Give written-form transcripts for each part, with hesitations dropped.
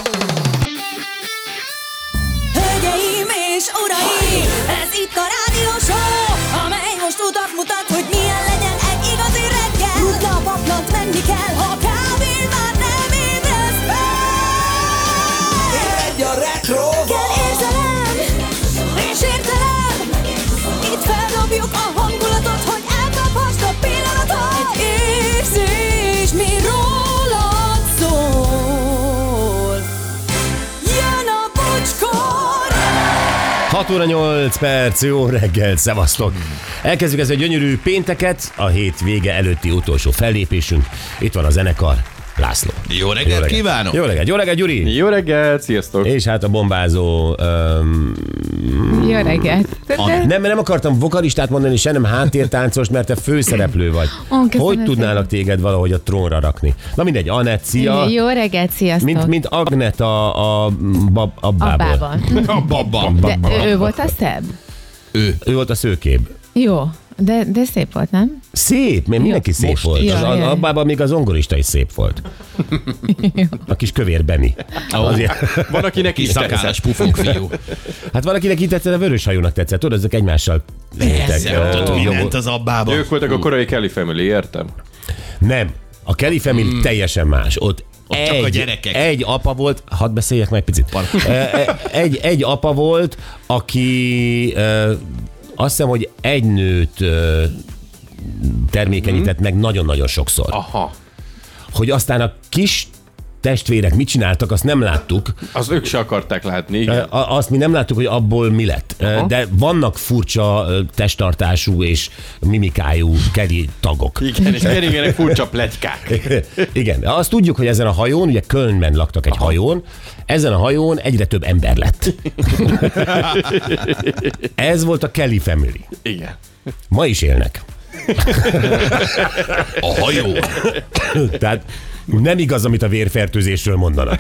Hölgyeim és uraim, ez itt a rádió show, amely most utat mutat, hogy milyen legyen egy igazi reggel. Rutna a paplant, menni kell, ha kávén már nem ébresz fel. Egy a retro Kell érzelem és értelem, itt feldobjuk a hangulatot, hogy elkaphast a pillanatot. Egy érzés, mi rólad szól. Jön a bocskor! 6 óra 8 perc, jó reggel, szevasztok! Elkezdjük ezt a gyönyörű pénteket, a hét vége előtti utolsó fellépésünk. Itt van a zenekar, László. Jó reggelt kívánok! Jó reggelt, Gyuri! Jó reggelt, sziasztok! És hát a bombázó... Jó reggelt! Nem akartam vokalistát mondani, se nem háttértáncos, mert te főszereplő vagy. Hogy tudnálak téged valahogy a trónra rakni? Na mindegy, Anett, szia! Jó reggelt, sziasztok! Mint Agnet a abbából. Abbában. De ő volt a szebb? Ő volt a szőkébb. Jó, de szép volt, nem? Szép, mert mindenki szép most volt. is. Az abbában még az zongorista is szép volt. A kis kövér Benni. Van, akinek Kis is szakállas pufunk fiú. Hát valakinek így tetszett, a vörös hajónak tetszett. Tudod, ezek egymással Tudod mindent az abbában. Ők voltak a korai Kelly Family, értem? Nem. A Kelly Family teljesen más. Ott csak a gyerekek. egy apa volt, hadd beszéljek meg picit. Egy apa volt, aki azt hiszem, hogy egy nőt termékenyített meg nagyon-nagyon sokszor. Aha. Hogy aztán a kis testvérek mit csináltak, azt nem láttuk. Az ők se akarták látni, igen. Azt mi nem láttuk, hogy abból mi lett. De vannak furcsa testtartású és mimikájú Kelly tagok. Igen, és keringenek furcsa pletykák. Igen, azt tudjuk, hogy ezen a hajón, ugye Kölnben laktak egy hajón, ezen a hajón egyre több ember lett. Ez volt a Kelly Family. Igen. Ma is élnek. A hajó. Tehát nem igaz, amit a vérfertőzésről mondanak.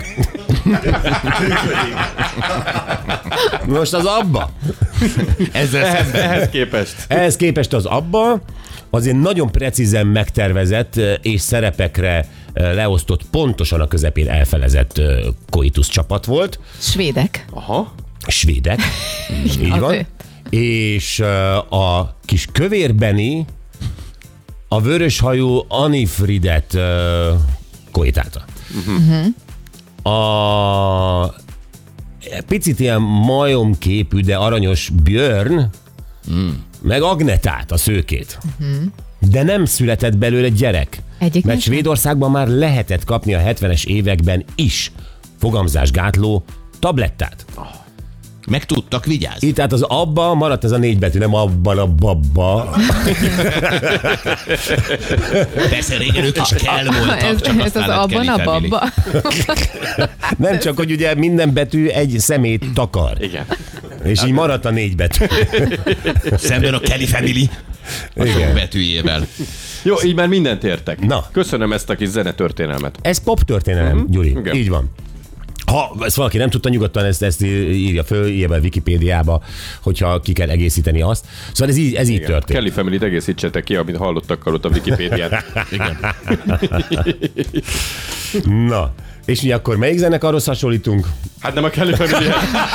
Most az abba. Ehhez képest az abba azért nagyon precízen megtervezett és szerepekre leosztott, pontosan a közepén elfelezett koitus csapat volt. Svédek. Aha. Svédek. Így van. ő. És a kis kövér Benni a vöröshajú Anifridet koitálta. A picit ilyen majomképű, de aranyos Björn meg Agnetát, a szőkét. De nem született belőle gyerek. Egyik Mert sem? Svédországban már lehetett kapni a 70-es években is fogamzásgátló tablettát. Meg tudtak vigyázni. Itt tehát az abba maradt ez a 4 betű, nem abban a babba. Persze régen ők is kell voltak, csak Ez az aztán lett abban Kelly a Family. babba. Nem csak, hogy ugye minden betű egy szemét takar. Igen. És így maradt a 4 betű. Szemben a Kelly Family. A sok betűjével. Jó, így már mindent értek. Na. Köszönöm ezt a kis zenetörténelmet. Ez pop történelem, Gyuri. Igen. Így van. Ha ezt valaki nem tudta, nyugodtan ezt írja föl, írja be a Wikipédiába, hogyha ki kell egészíteni azt. Szóval ez így történt. Kelly Family-t egészítsetek ki, amit hallottak ott a Wikipédián. Igen. Na, és mi akkor melyik zenekarhoz hasonlítunk? Hát nem a Kelly Family.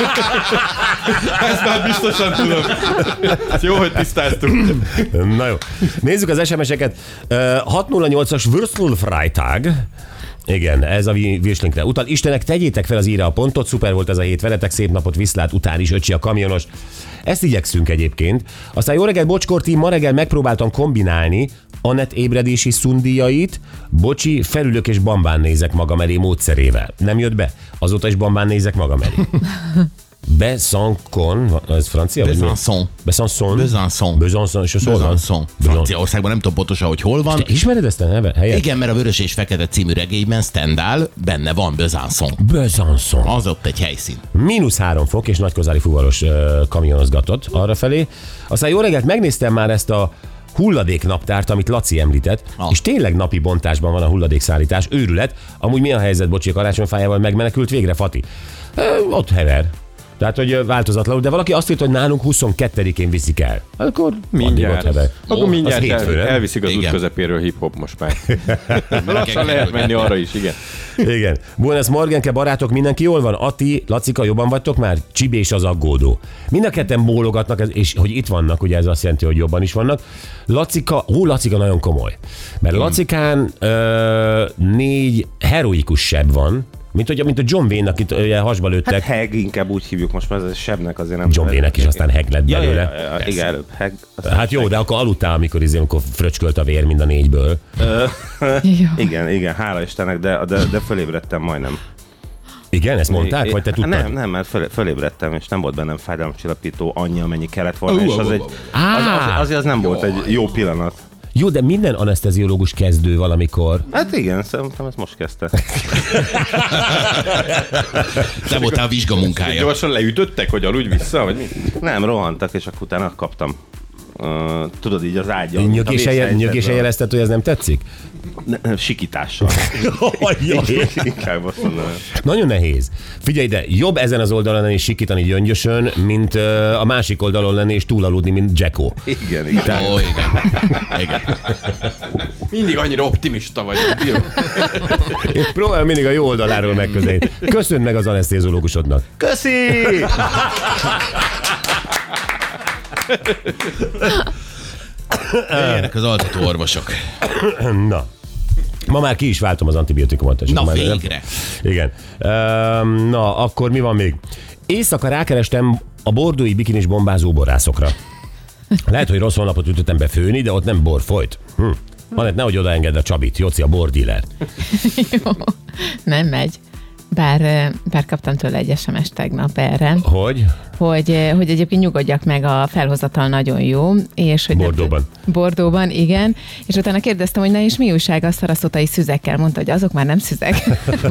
Ezt már biztosan tudom. Jó, hogy tisztáztuk. Na jó. Nézzük az SMS-eket. 608-as Würstelfreitag. Igen, ez a Virslinkre utal. Istenek, tegyétek fel az íre a pontot, szuper volt ez a hét veletek, szép napot, viszlát, után is, öcsi a kamionos. Ezt igyekszünk egyébként. Aztán jó reggel, Bocskor team, ma reggel megpróbáltam kombinálni Anett ébredési szundíjait, bocsi, felülök és bambán nézek magam elé módszerével. Nem jött be? Azóta is bambán nézek magam elé. Besançon, ez francia? vagy mi? Besançon. Besançon. Besançon. És az hol van? Besançon. Franciaországban nem tudom pontosan, hogy hol van. Te ismered ezt a helyet? Igen, mert a Vörös és Fekete című regényben Stendhal benne van Besançon. Besançon. Az ott egy helyszín. -3 fok és nagykozári fuvaros kamionozgatott arrafelé. Aztán jó reggelt, megnéztem már ezt a hulladéknaptárt, amit Laci említett, és tényleg napi bontásban van a hulladékszállítás, őrület. Amúgy mi a helyzet, bocsi, a karácsonyfájával megmenekült végre Fati? Ott hever. Tehát, hogy változatlanul, de valaki azt írta, hogy nálunk 22-én viszik el. Akkor Mindjárt. Akkor Az mindjárt hétfő, nem? elviszik az út Igen. közepéről hip-hop most már. Lassan lehet menni arra is, igen. Igen. Buenas Morgenke, barátok, mindenki jól van? Ati, Lacika, jobban vagytok már? Csibi és az aggódó. Mind a ketten bólogatnak, és hogy itt vannak, ugye ez azt jelenti, hogy jobban is vannak. Lacika nagyon komoly. Mert Lacikán 4 heroikus seb van, mint a John Wayne-nak itt hasba lőttek. Hát Heg, inkább úgy hívjuk most már, ez sebnek azért nem. John Wayne-nek is aztán Heg lett belőle. Igen, előbb Heg. Hát jó, de akkor aludtál, amikor fröcskölt a vér mind a 4-ből. Jó. Igen, hála Istennek, de fölébredtem majdnem. Igen, ezt mondták, vagy te tudtad? Nem, mert fölébredtem, és nem volt bennem fájdalomcsillapító annyi, amennyi kellett volna, és az nem volt egy jó pillanat. Jó, de minden aneszteziológus kezdő valamikor. Hát igen, szerintem ezt most kezdte. Te voltál a vizsgamunkája. Gyorsan leütöttek, hogy aludj vissza, vagy mi? Nem, rohantak, és akkor utána kaptam. Tudod, így az ágyon. Nyögésen jelezted, hogy ez nem tetszik? Sikítással. Inkább azt mondanám. Nagyon nehéz. Figyelj, de jobb ezen az oldalon lenni és sikítani gyöngyösön, mint a másik oldalon lenni és túlaludni, mint Jacko. Igen. Ó, igen. Mindig annyira optimista vagy. Én próbálom mindig a jó oldaláról megközelíteni. Köszönd meg az anesztéziológusodnak. Köszi! Ilyenek az altató orvosok. Na. Ma már ki is váltom az antibiotikumot. Na már végre. Igen. Na, akkor mi van még? Éjszaka rákerestem a bordói bikinis bombázó borászokra. Lehet, hogy rossz honlapot ütöttem be főni, de ott nem bor folyt. Anett, nehogy odaengedd a Csabit, Jóci a bordíler. Jó, nem megy. Bár kaptam tőle egy SMS tegnap erre, hogy egyébként nyugodjak meg, a felhozatal nagyon jó. És hogy Bordóban, igen. És utána kérdeztem, hogy na és mi újság a szaraszotai szüzekkel? Mondta, hogy azok már nem szüzek.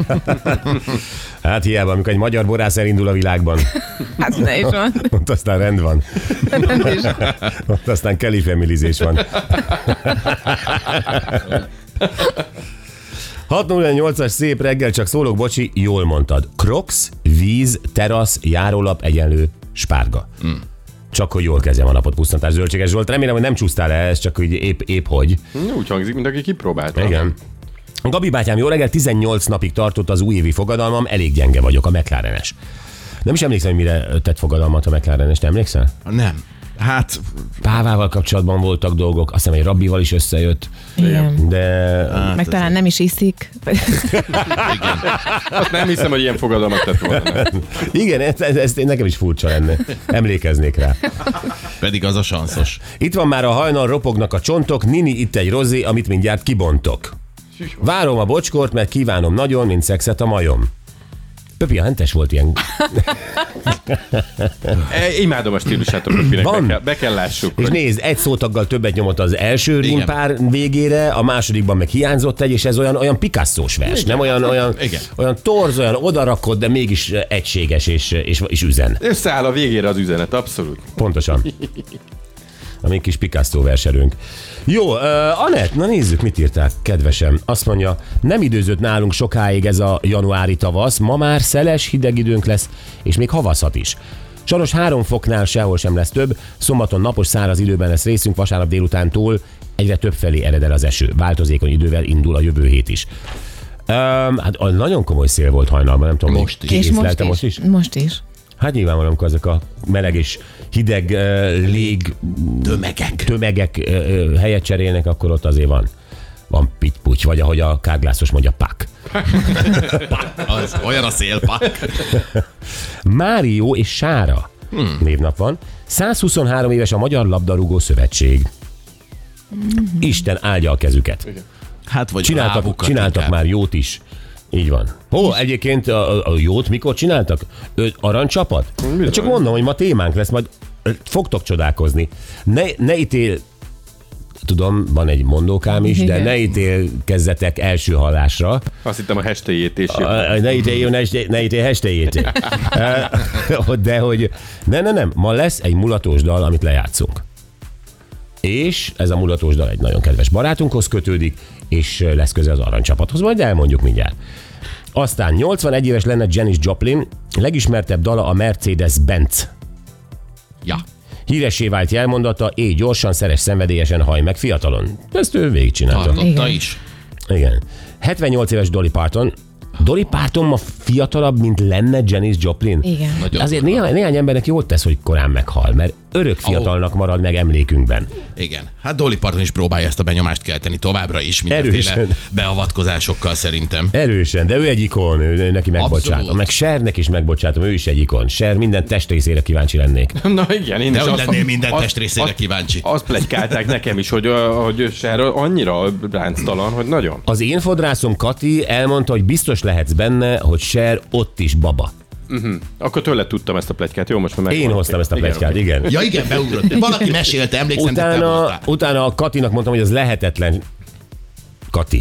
Hát hiába, amikor egy magyar borász elindul a világban. Hát ne is van. Ott aztán rend van. Ott aztán Kelly family-zés van. 608-as szép reggel, csak szólok, bocsi, jól mondtad. Crocs, víz, terasz, járólap, egyenlő, spárga. Csak hogy jól kezdjem a napot, Pusztantás Zöldséges Zsolt. Remélem, hogy nem csúsztál el, ez csak hogy épp hogy. Úgy hangzik, mint aki kipróbálta. Igen. Gabi bátyám, jó reggel, 18 napig tartott az újévi fogadalmam, elég gyenge vagyok, a McLaren-es. Nem is emlékszem, hogy mire tett fogadalmat a McLaren-es, te emlékszel? Nem. Hát... Pávával kapcsolatban voltak dolgok, azt hiszem, egy rabbival is összejött. Igen. De... Meg talán nem is iszik. Igen. Azt nem hiszem, hogy ilyen fogadalmat tett volna. Igen, ez nekem is furcsa lenne. Emlékeznék rá. Pedig az a sanszos. Itt van már a hajnal, ropognak a csontok, Nini itt egy rozé, amit mindjárt kibontok. Várom a bocskort, mert kívánom nagyon, mint szexet a majom. Pöpi, a hentes volt ilyen. Imádom a stílusát a Pöpinek, be kell lássuk. És nézd, egy szótaggal többet nyomott az első rímpár végére, a másodikban meg hiányzott egy, és ez olyan Picasso-s vers, nem olyan torz, olyan odarakott, de mégis egységes és üzen. Összeáll a végére az üzenet, abszolút. Pontosan. A mi kis Picasso verserünk. Jó, Anett, na nézzük, mit írták, kedvesem. Azt mondja, nem időzött nálunk sokáig ez a januári tavasz, ma már szeles, hideg időnk lesz, és még havazhat is. Sajnos 3 foknál sehol sem lesz több, szombaton napos száraz időben lesz részünk, vasárnap délutántól egyre több felé ered el az eső. Változékony idővel indul a jövő hét is. Hát nagyon komoly szél volt hajnalban, nem tudom. Most is. És most is. Most is. Hát nyilvánvalóan, amikor ezek a meleg és hideg lég tömegek helyet cserélnek, akkor ott azért van pitty-puty, vagy ahogy a kárglászos mondja, pak. Az olyan a szélpak. Mário és Sára névnap van. 123 éves a Magyar Labdarúgó Szövetség. Isten áldja a kezüket. Hát vagy Csináltak már jót is. Így van. Egyébként a jót mikor csináltak? Aranycsapat? Csak mondom, hogy ma témánk lesz, majd fogtok csodálkozni. Ne ítél, tudom, van egy mondókám is, de ne ítélkezzetek első hallásra. Azt hittem a hashtag-jét is. Ne ítélj hashtag-jét. De hogy nem. Ma lesz egy mulatós dal, amit lejátszunk. És ez a mulatós dal egy nagyon kedves barátunkhoz kötődik, és lesz köze az aranycsapathoz, majd elmondjuk mindjárt. Aztán 81 éves lenne Janis Joplin, legismertebb dala a Mercedes-Benz. Ja. Híressé vált jelmondata, éj gyorsan, szeress szenvedélyesen, hajj meg fiatalon. Ezt ő végigcsinálta. Tartotta is. Igen. 78 éves Dolly Parton. Dolly Parton ma fiatalabb, mint lenne Janis Joplin. Igen. Nagyon Azért durva. néhány embernek jót tesz, hogy korán meghal, mert örök fiatalnak marad meg emlékünkben. Igen. Hát Dolly Parton is próbálja ezt a benyomást kelteni továbbra is, mindenféle Erősen. beavatkozásokkal szerintem. Erősen, de ő egy ikon, neki megbocsátom. Abszolút. Meg Chernek is megbocsátom, ő is egy ikon. Cher minden testrészére kíváncsi lennék. Na igen, én De is hogy azt- lennél minden azt- testrészére azt- kíváncsi. Azt pletykálták nekem is, hogy Cher annyira ránctalan, hogy nagyon. Az én fodrászom Kati elmondta, hogy biztos lehetsz benne, hogy Cher ott is baba. Akkor tőle tudtam ezt a pletykát. Jó, most már Én hoztam ezt a pletykát, oké. igen. Ja igen, beugrott. Valaki mesélte, emlékszem, de te voltál. Utána a Katinak mondtam, hogy az lehetetlen. Kati.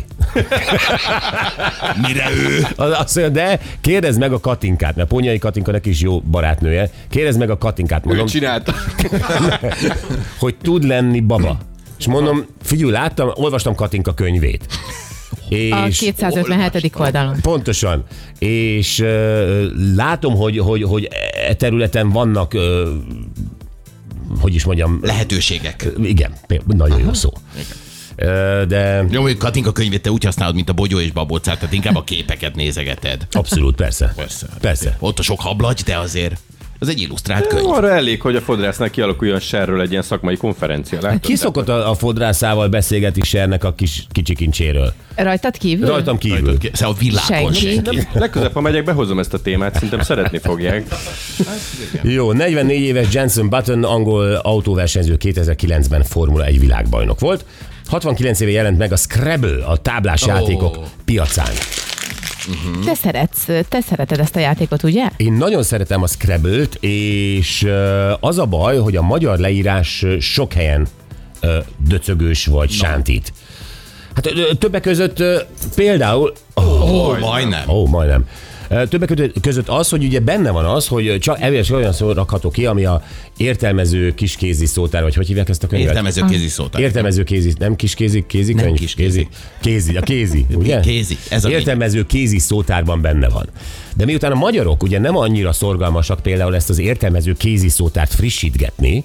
Mire ő? Azt mondja, de kérdezd meg a Katinkát, mert Ponyai Katinka neki is jó barátnője. Kérdezd meg a Katinkát, Ő mondom, csinálta. hogy tud lenni baba. És mondom, figyelj, olvastam Katinka könyvét. A És 257. oldalon. pontosan. És látom, hogy e területen vannak, hogy is mondjam, Lehetőségek. igen, nagyon jó szó. De Jó, hogy Katinka könyvét te úgy használod, mint a Bogyó és Babócát, tehát inkább a képeket nézegeted. abszolút, persze. Persze. Ott a sok hablagy, de azért az egy illusztrált könyv. Arra elég, hogy a fodrásznál kialakuljon Cherről egy ilyen szakmai konferencia. Látod? Ki szokott a fodrászával beszélgetni Sernek a kicsi kincséről? Rajtad kívül? Rajtam kívül. Szóval a világon Senki. senki. Legközelebb, ha megyek, behozom ezt a témát, szerintem szeretni fogják. Jó, 44 éves Jenson Button, angol autóversenyző, 2009-ben Formula 1 világbajnok volt. 69 éve jelent meg a Scrabble, a táblás játékok piacán. Te szereted ezt a játékot, ugye? Én nagyon szeretem a Scrabble-t, és az a baj, hogy a magyar leírás sok helyen döcögős vagy sántít. Hát többek között például... majdnem. Többek között az, hogy ugye benne van az, hogy csak olyan szó rakható ki, ami a értelmező kiskézi szótár, vagy hogy hívják ezt a könyvet? Értelmező kézi szótár. Értelmező kézi, nem kiskézi, kézikönyv? Nem kiskézi. Kézi, ugye? Kézi, ez a értelmező kézi szótárban benne van. De miután a magyarok ugye nem annyira szorgalmasak például ezt az értelmező kézi szótárt frissítgetni,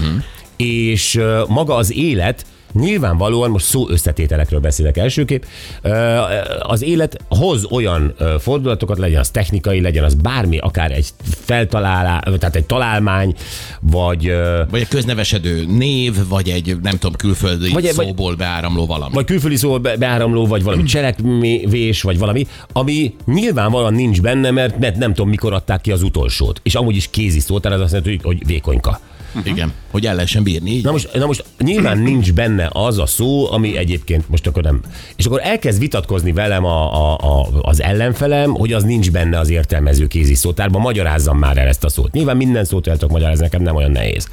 és maga az élet nyilvánvalóan, most szó összetételekről beszélek elsőképp, az élet hoz olyan fordulatokat, legyen az technikai, legyen az bármi, akár egy feltalálás, tehát egy találmány, vagy egy köznevesedő név, vagy egy nem tudom, külföldi szóból beáramló valami. Vagy külföldi szóból beáramló, vagy valami cselekvés, vagy valami, ami nyilvánvalóan nincs benne, mert nem tudom, mikor adták ki az utolsót. És amúgy is kézi szótár, az azt jelenti, hogy vékonyka. Igen, hogy el lehessen bírni. Így. Na most nyilván nincs benne az a szó, ami egyébként most akkor nem. És akkor elkezd vitatkozni velem az ellenfelem, hogy az nincs benne az értelmező kézi szótárban, magyarázzam már el ezt a szót. Nyilván minden szót el tudok magyarázni, nekem nem olyan nehéz.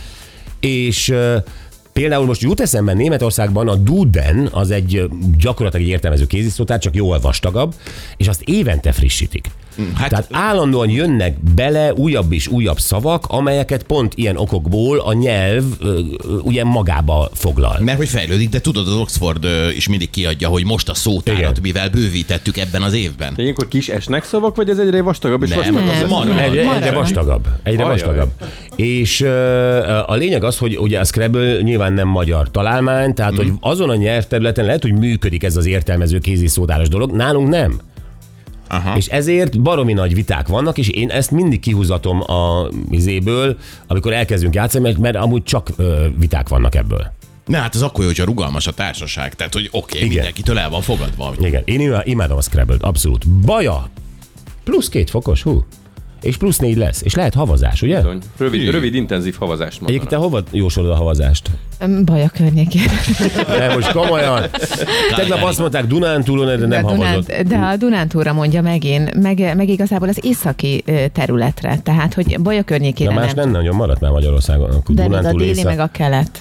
És például most jut eszembe Németországban a Duden, az egy gyakorlatilag egy értelmező kéziszótár, csak jóval vastagabb, és azt évente frissítik. Hát, Tehát állandóan jönnek bele újabb és újabb szavak, amelyeket pont ilyen okokból a nyelv ugye magába foglal. mert hogy fejlődik, de tudod, az Oxford is mindig kiadja, hogy most a szótárat, Igen. mivel bővítettük ebben az évben. De ilyenkor kis esnek szavak, vagy ez egyre vastagabb és Nem, vastagabb? ez lesz? marad. Egyre vastagabb. Egyre Ajaj. vastagabb. És a lényeg az, hogy ugye a Scrabble nyilván nem magyar találmány, tehát hogy azon a nyelvterületen lehet, hogy működik ez az értelmező kéziszótáros dolog, nálunk nem. Aha. És ezért baromi nagy viták vannak, és én ezt mindig kihúzatom a izéből, amikor elkezdünk játszani, mert amúgy csak viták vannak ebből. Na hát az akkor jó, hogyha rugalmas a társaság, tehát hogy oké, mindenkitől el van fogadva. Igen, én imádom a Scrabble-t, abszolút. Baja! +2 fokos, és +4 lesz, és lehet havazás, ugye? Bizony. Rövid, intenzív havazást mondanak. Egyébként te hova jósolod a havazást? Baja környékén. De most komolyan. Tegnap azt mondták Dunántúlon, de nem havazott. De a Dunántúlra mondja megint, meg igazából az északi területre. Tehát, hogy Baja környékére De más nem. nem nagyon maradt már Magyarországon. Akkor De még a Dunántúl déli, észak. meg a kelet.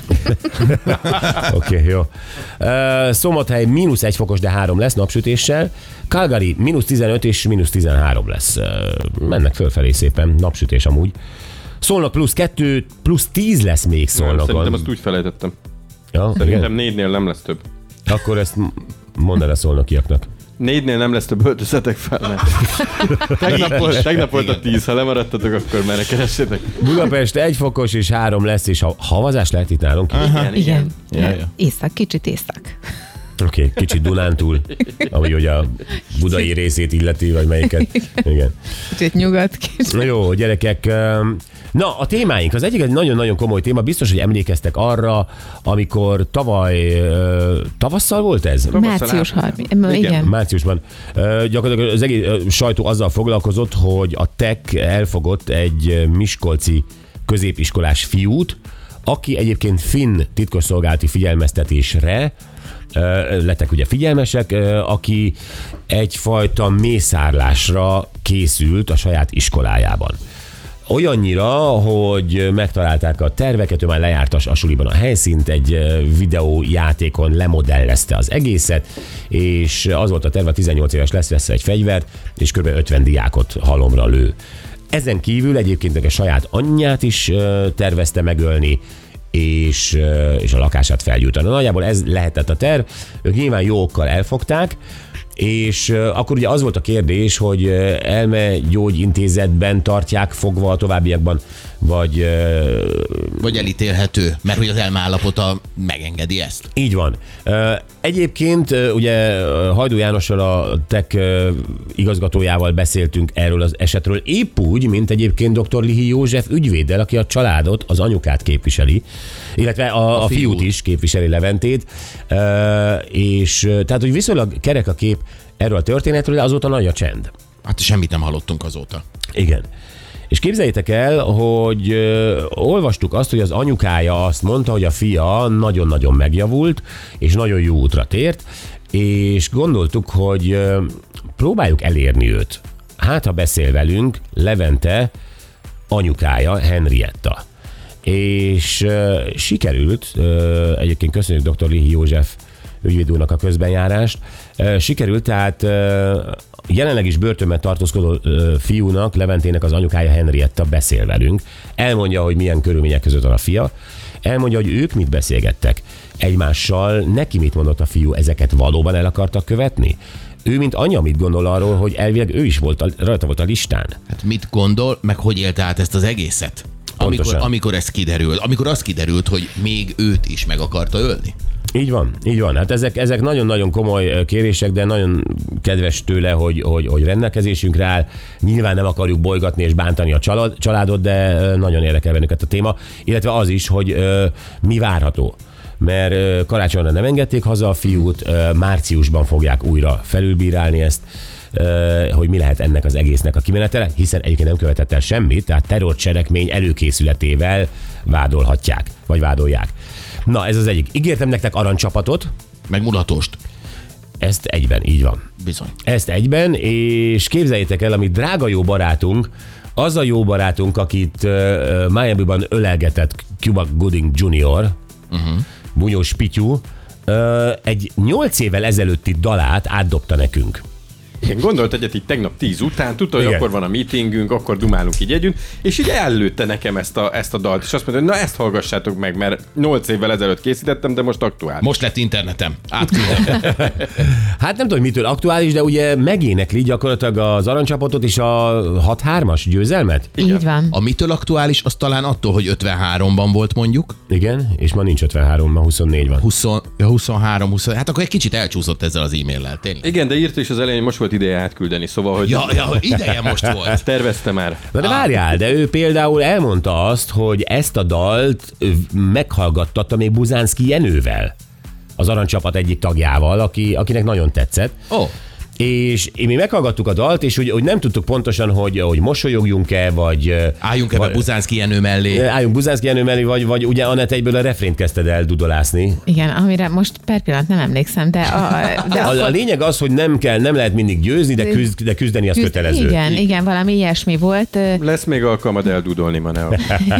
Oké, jó. Szombathely -1 fokos, de 3 lesz napsütéssel. Calgary -15 és -13 lesz. Mennek fölfelé szépen, napsütés amúgy. Szolnok +2, +10 lesz még Szerintem Szolnokon. azt úgy felejtettem. Ja, Szerintem igen? 4-nél nem lesz több. Akkor ezt mondd el a szolnokiaknak. 4-nél nem lesz több, öltözzetek fel, mert tegnap volt a 10, ha lemaradtatok, akkor már ne keressétek. Budapest 1 fokos és 3 lesz, és a havazás lehet itt nálunk. Igen. Észak, kicsit észak. Oké, kicsit Dunántúl, ahogy a budai részét illeti, vagy melyiket. Igen. Kicsit nyugat, kicsit. Jó, gyerekek. Na, a témáink. Az egyik egy nagyon-nagyon komoly téma. Biztos, hogy emlékeztek arra, amikor tavaly tavasszal volt ez? Március 30. Igen. Márciusban. Gyakorlatilag az egész sajtó azzal foglalkozott, hogy a TEK elfogott egy miskolci középiskolás fiút, aki egyébként finn titkosszolgálati figyelmeztetésre lettek ugye figyelmesek, aki egyfajta mészárlásra készült a saját iskolájában. Olyannyira, hogy megtalálták a terveket, ő már lejárt a suliban a helyszínt, egy videójátékon lemodellezte az egészet, és az volt a terve, 18 éves lesz egy fegyvert, és kb. 50 diákot halomra lő. Ezen kívül egyébként a saját anyját is tervezte megölni, és a lakását felgyújtani. Nagyjából ez lehetett a terv, ők nyilván jó okkal elfogták, és akkor ugye az volt a kérdés, hogy elmegyógyintézetben tartják fogva a továbbiakban, vagy elítélhető, mert hogy az elmeállapota megengedi ezt. Így van. Egyébként ugye Hajdú Jánossal, a TEK igazgatójával beszéltünk erről az esetről, épp úgy, mint egyébként dr. Lihi József ügyvéddel, aki a családot, az anyukát képviseli, illetve a fiút is képviseli, Leventét, és tehát, hogy viszonylag kerek a kép erről a történetről, de azóta nagy a csend. Hát semmit nem hallottunk azóta. Igen. És képzeljétek el, hogy olvastuk azt, hogy az anyukája azt mondta, hogy a fia nagyon-nagyon megjavult, és nagyon jó útra tért, és gondoltuk, hogy próbáljuk elérni őt. Hát, ha beszél velünk, Levente anyukája, Henrietta. És sikerült, egyébként köszönjük dr. Lihi József ügyvéd úrnak a közbenjárást, sikerült, tehát jelenleg is börtönben tartózkodó fiúnak, Leventének az anyukája, Henrietta beszél velünk, elmondja, hogy milyen körülmények között van a fia, elmondja, hogy ők mit beszélgettek egymással, neki mit mondott a fiú, ezeket valóban el akartak követni? Ő, mint anya, mit gondol arról, hogy elvileg ő is rajta volt a listán? Hát mit gondol, meg hogy élte át ezt az egészet? Amikor ez kiderült, amikor az kiderült, hogy még őt is meg akarta ölni? Így van, így van. Hát ezek nagyon-nagyon komoly kérések, de nagyon kedves tőle, hogy rendelkezésünkre áll. Nyilván nem akarjuk bolygatni és bántani a családot, de nagyon érdekel bennünket a téma, illetve az is, hogy mi várható. Mert karácsonyra nem engedték haza a fiút, márciusban fogják újra felülbírálni ezt, hogy mi lehet ennek az egésznek a kimenetele, hiszen egyébként nem követett el semmit, tehát terrorcselekmény előkészületével vádolhatják, vagy vádolják. Na, ez az egyik. Ígértem nektek aranycsapatot. Meg mulatóst. Ezt egyben, így van. Bizony. Ezt egyben, és képzeljétek el, amit drága jó barátunk, az a jó barátunk, akit Miami-ban ölelgetett Cuba Gooding Jr., Bunyós Pityu, egy 8 évvel ezelőtti dalát átdobta nekünk. Gondolt egyet így tegnap 10 után, tudta, hogy akkor van a meetingünk, akkor dumálunk így együtt, és így előtte nekem ezt a dalt, és azt mondta, hogy na ezt hallgassátok meg, mert 8 évvel ezelőtt készítettem, de most aktuális. Most lett internetem, átküldem. Hát nem tudom, mitől aktuális, de ugye megénekli gyakorlatilag az aranycsapatot és a 6-3-as győzelmet. Igen. Így van. A mitől aktuális, az talán attól, hogy 53-ban volt mondjuk. Igen, és ma nincs 53, ma 24 van. 23, hát akkor egy kicsit elcsúszott ezzel az e-maillel, tényleg. Igen, de írta is az elején, most volt ideje átküldeni, szóval, hogy... Ja, ideje most volt. Tervezte már. Na de várjál, de ő például elmondta azt, hogy ezt a dalt meghallgattatta még Buzánszky Jenővel, az aranycsapat egyik tagjával, akinek nagyon tetszett. Oh. És mi meghallgattuk a dalt, és hogy nem tudtuk pontosan, hogy mosolyogjunk-e, vagy... Álljunk-e be Buzánszky Jenő mellé? Álljunk Buzánszky Jenő mellé, vagy ugye Anett egyből a refrént kezdted el dudolászni. Igen, amire most per pillanat nem emlékszem, de... A lényeg az, hogy nem lehet mindig győzni, de küzdeni az kötelező. Igen, valami ilyesmi volt. Lesz még alkalmad eldudolni, Maneo.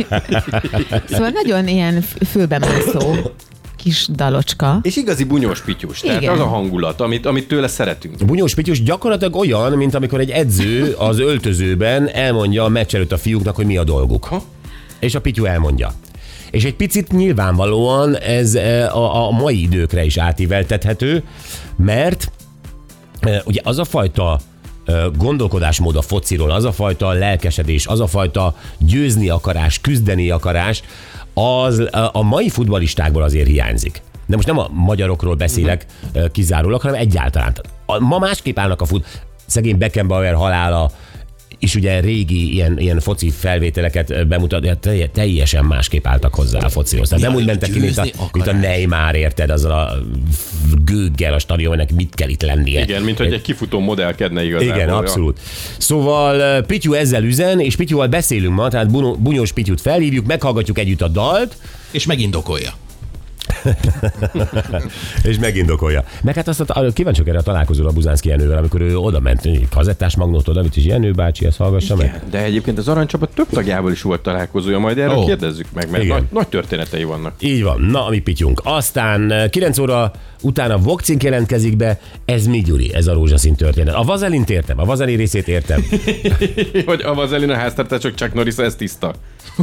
Szóval nagyon ilyen fülbemászó kis dalocska. És igazi Bunyós Pityus, tehát az a hangulat, amit tőle szeretünk. Bunyós Pityus gyakorlatilag olyan, mint amikor egy edző az öltözőben elmondja a meccs előtt a fiúknak, hogy mi a dolguk. És a Pityu elmondja. És egy picit nyilvánvalóan ez a mai időkre is átíveltethető, mert ugye az a fajta gondolkodásmód a fociról, az a fajta lelkesedés, az a fajta győzni akarás, küzdeni akarás, az a mai futballistákból azért hiányzik. De most nem a magyarokról beszélek kizárólag, hanem egyáltalán. Ma másképp állnak a szegény Beckenbauer halála, és ugye régi ilyen foci felvételeket bemutat, teljesen másképp álltak hozzá a focihoz. Tehát nem úgy mentek ki, mint a Neymar, érted, azzal a gőggel a stadionnak, mit kell itt lennie. Igen, mint hogy egy kifutó modellkedne igazából. Igen, abszolút. Szóval Pityu ezzel üzen, és Pityuval beszélünk ma, tehát Bunyós Pityut felhívjuk, meghallgatjuk együtt a dalt. És megindokolja. És megindokolja. Meg hát azt kíváncsiak erre a találkozóra a Buzánszky Jenővel, amikor ő oda ment, kazettás magnót oda, és Jenő bácsi, ezt hallgassa meg. De egyébként az Aranycsapat több tagjával is volt találkozója, majd erről kérdezzük meg, mert nagy történetei vannak. Így van, na a mi Pityunk. Aztán 9 óra után a Vokcink jelentkezik be, ez mi, Gyuri? Ez a rózsaszín történet. A vazelint értem, a vazelin részét értem. Hogy a vazelin a háztartások Chuck Norris, ez tiszta.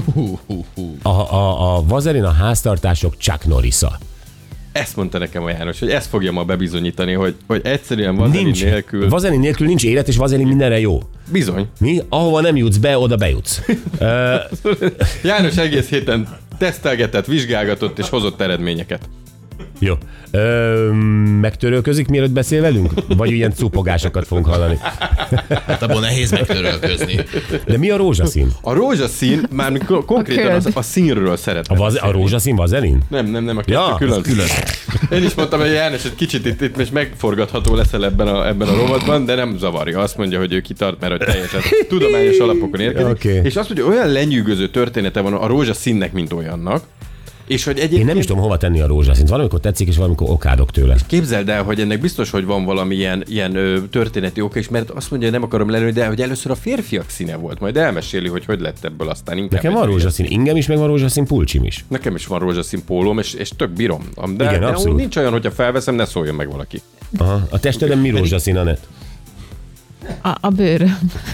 A vazelin a háztartások Chuck Norris-a. Ezt mondta nekem a János, hogy ezt fogja ma bebizonyítani, hogy egyszerűen vazelin nélkül... Vazelin nélkül nincs élet, és vazelin mindenre jó. Bizony. Mi? Ahova nem jutsz be, oda bejutsz. János egész héten tesztelgetett, vizsgálgatott és hozott eredményeket. Jó. Megtörölközik, mielőtt beszél velünk? Vagy ilyen cupogásokat fogunk hallani? Hát abban nehéz megtörölközni. De mi a rózsaszín? A rózsaszín már konkrétan a színről szeretem. A rózsaszín vazelin? Nem, a külön. Én is mondtam, hogy János egy kicsit itt most megforgatható leszel ebben a rovatban, de nem zavarja. Azt mondja, hogy ő kitart, mert hogy teljesen tudományos alapokon érkezik. Okay. És azt mondja, hogy olyan lenyűgöző története van a rózsaszínnek, mint olyannak, és hogy egyébként... Én nem is tudom hova tenni a rózsaszínt. Valamikor tetszik, és valamikor okádok tőle. Képzeld el, hogy ennek biztos, hogy van valami ilyen történeti oka is, mert azt mondja, hogy nem akarom lelőni, de hogy először a férfiak színe volt. Majd elmeséli, hogy lett ebből aztán inkább. Nekem van rózsaszín ingem is, meg van rózsaszín pulcsim is. Nekem is van rózsaszín pólóm, és tök bírom. De, igen, de nincs olyan, hogyha felveszem, ne szóljon meg valaki. Aha. A testeden mi rózsaszín, Anett? A bőr.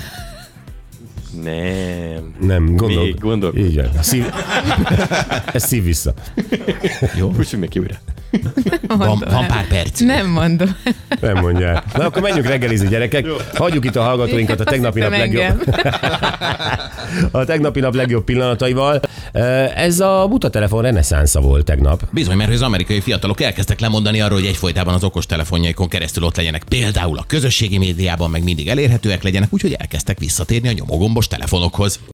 Nem, gondolok. Igen. Ez szív vissza. Jó, húzzuk meg ki újra. Van pár perc. Nem mondom. Nem mondjál. Na akkor menjünk reggelizni, gyerekek. Hagyjuk itt a hallgatóinkat a tegnapi nap legjobb pillanataival. Ez a butatelefon reneszánsza volt tegnap. Bizony, mert az amerikai fiatalok elkezdtek lemondani arról, hogy egyfolytában az okostelefonjaikon keresztül ott legyenek, például a közösségi médiában meg mindig elérhetőek legyenek, úgyhogy elkezdtek visszatérni a nyomogombos telefonokhoz.